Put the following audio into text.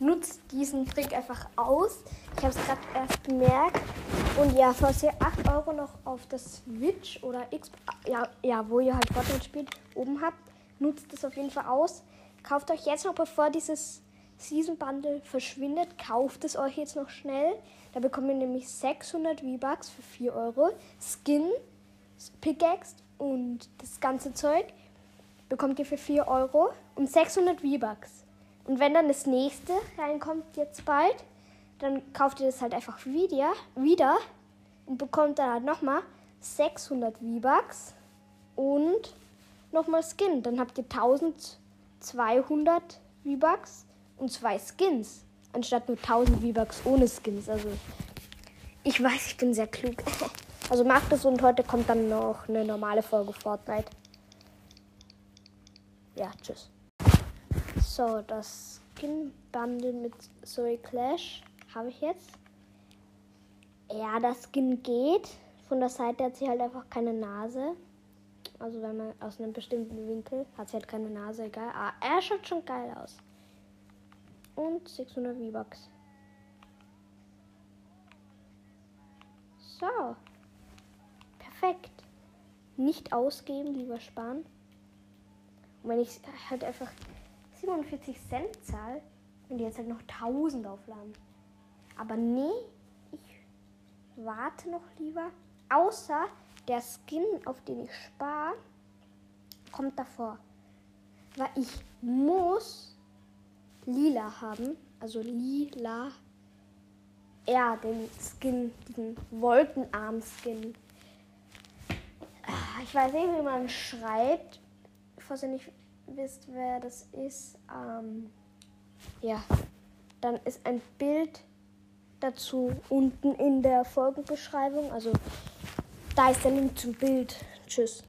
nutzt diesen Trick einfach aus. Ich habe es gerade erst gemerkt. Und ja, falls ihr 8 Euro noch auf der Switch oder Xbox, ja, wo ihr halt Fortnite spielt, oben habt, nutzt es auf jeden Fall aus. Kauft euch jetzt noch, bevor dieses Season Bundle verschwindet, kauft es euch jetzt noch schnell. Da bekommt ihr nämlich 600 V-Bucks für 4 Euro. Skin, Pickaxe und das ganze Zeug bekommt ihr für 4 Euro und 600 V-Bucks. Und wenn dann das nächste reinkommt, jetzt bald, dann kauft ihr das halt einfach wieder und bekommt dann halt nochmal 600 V-Bucks und nochmal Skin. Dann habt ihr 1200 V-Bucks und 2 Skins, anstatt nur 1000 V-Bucks ohne Skins. Also ich weiß, ich bin sehr klug. Also macht es und heute kommt dann noch eine normale Folge Fortnite. Ja, tschüss. So, das Skin-Bundle mit Zoe Clash habe ich jetzt. Ja, das Skin geht. Von der Seite hat sie halt einfach keine Nase. Also wenn man aus einem bestimmten Winkel hat sie halt keine Nase, egal. Aber er schaut schon geil aus. Und 600 V-Bucks. So. Perfekt. Nicht ausgeben, lieber sparen. Und wenn ich halt einfach 47 Cent zahle, und die jetzt halt noch 1000 aufladen. Aber nee, ich warte noch lieber. Außer der Skin, auf den ich spare, kommt davor. Weil ich muss lila haben. Also lila. Ja, den Skin, diesen Wolkenarm-Skin. Ich weiß nicht, wie man schreibt. Falls ihr nicht wisst, wer das ist. Ja, dann ist ein Bild dazu unten in der Folgenbeschreibung. Also da ist der Link zum Bild. Tschüss.